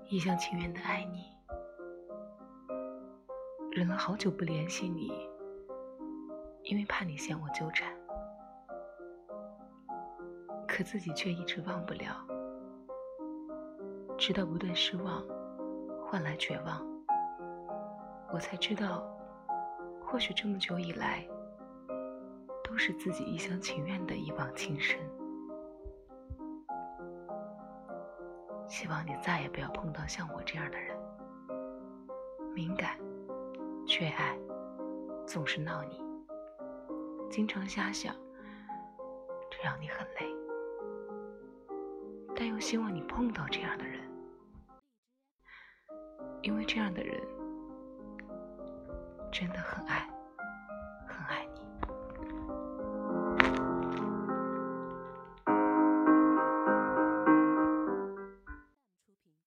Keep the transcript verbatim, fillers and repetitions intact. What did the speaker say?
一厢情愿的爱你，忍了好久不联系你，因为怕你嫌我纠缠，可自己却一直忘不了，直到不断失望换来绝望，我才知道，或许这么久以来都是自己一厢情愿的一往情深。希望你再也不要碰到像我这样的人，敏感、缺爱，总是闹你，经常瞎想，这让你很累。但又希望你碰到这样的人，因为这样的人真的很爱。